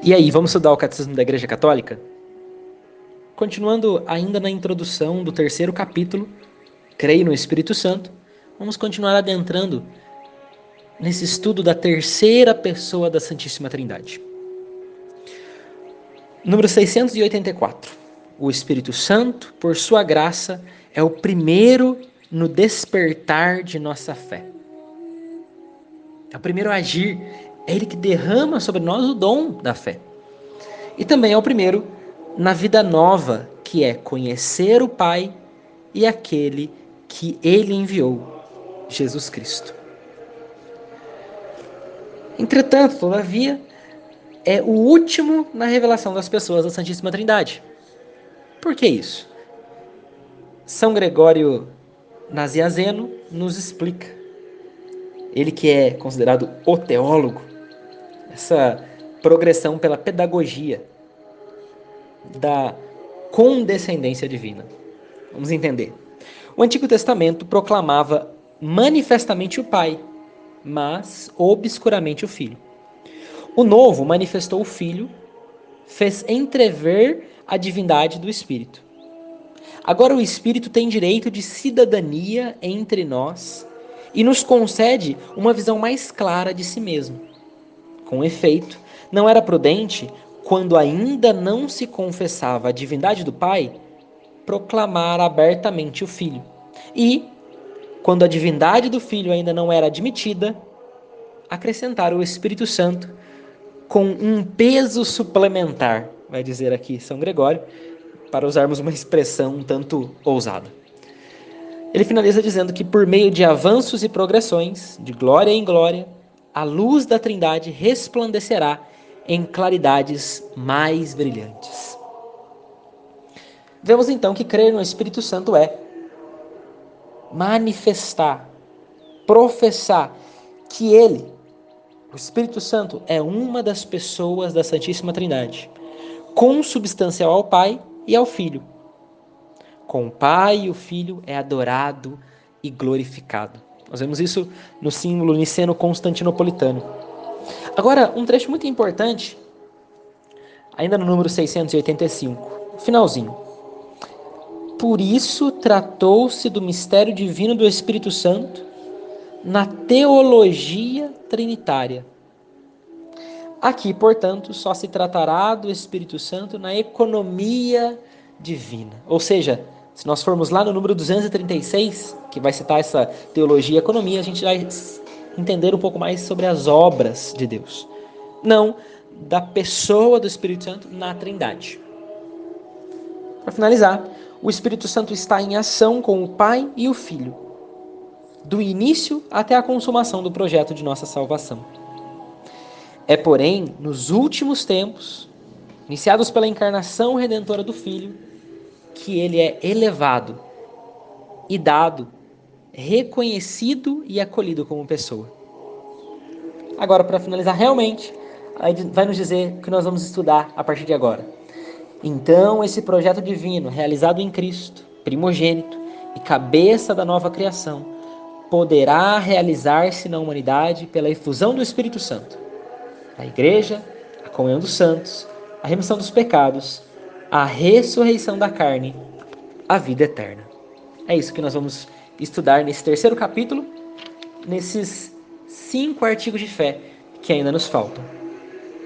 E aí, vamos estudar o Catecismo da Igreja Católica? Continuando ainda na introdução do terceiro capítulo, Creio no Espírito Santo, vamos continuar adentrando nesse estudo da terceira pessoa da Santíssima Trindade. Número 684. O Espírito Santo, por sua graça, é o primeiro no despertar de nossa fé. É o primeiro a agir, é Ele que derrama sobre nós o dom da fé. E também é o primeiro na vida nova, que é conhecer o Pai e aquele que Ele enviou, Jesus Cristo. Entretanto, todavia, é o último na revelação das pessoas da Santíssima Trindade. Por que isso? São Gregório Nazianzeno nos explica. Ele que é considerado o teólogo, essa progressão pela pedagogia da condescendência divina. Vamos entender. O Antigo Testamento proclamava manifestamente o Pai, mas obscuramente o Filho. O Novo manifestou o Filho, fez entrever a divindade do Espírito. Agora o Espírito tem direito de cidadania entre nós e nos concede uma visão mais clara de si mesmo. Com efeito, não era prudente, quando ainda não se confessava a divindade do Pai, proclamar abertamente o Filho. E, quando a divindade do Filho ainda não era admitida, acrescentar o Espírito Santo com um peso suplementar, vai dizer aqui São Gregório, para usarmos uma expressão um tanto ousada. Ele finaliza dizendo que por meio de avanços e progressões, de glória em glória, a luz da Trindade resplandecerá em claridades mais brilhantes. Vemos então que crer no Espírito Santo é manifestar, professar que Ele, o Espírito Santo, é uma das pessoas da Santíssima Trindade, consubstancial ao Pai e ao Filho. Com o Pai e o Filho é adorado e glorificado. Nós vemos isso no símbolo niceno-constantinopolitano. Agora, um trecho muito importante, ainda no número 685, finalzinho. Por isso tratou-se do mistério divino do Espírito Santo na teologia trinitária. Aqui, portanto, só se tratará do Espírito Santo na economia divina. Ou seja, se nós formos lá no número 236, que vai citar essa teologia e economia, a gente vai entender um pouco mais sobre as obras de Deus. Não da pessoa do Espírito Santo na Trindade. Para finalizar, o Espírito Santo está em ação com o Pai e o Filho, do início até a consumação do projeto de nossa salvação. É, porém, nos últimos tempos, iniciados pela encarnação redentora do Filho, que ele é elevado e dado, reconhecido e acolhido como pessoa. Agora, para finalizar realmente, aí vai nos dizer o que nós vamos estudar a partir de agora. Então, esse projeto divino, realizado em Cristo, primogênito e cabeça da nova criação, poderá realizar-se na humanidade pela efusão do Espírito Santo. A Igreja, a comunhão dos santos, a remissão dos pecados, a ressurreição da carne, a vida eterna. É isso que nós vamos estudar nesse terceiro capítulo, nesses 5 artigos de fé que ainda nos faltam.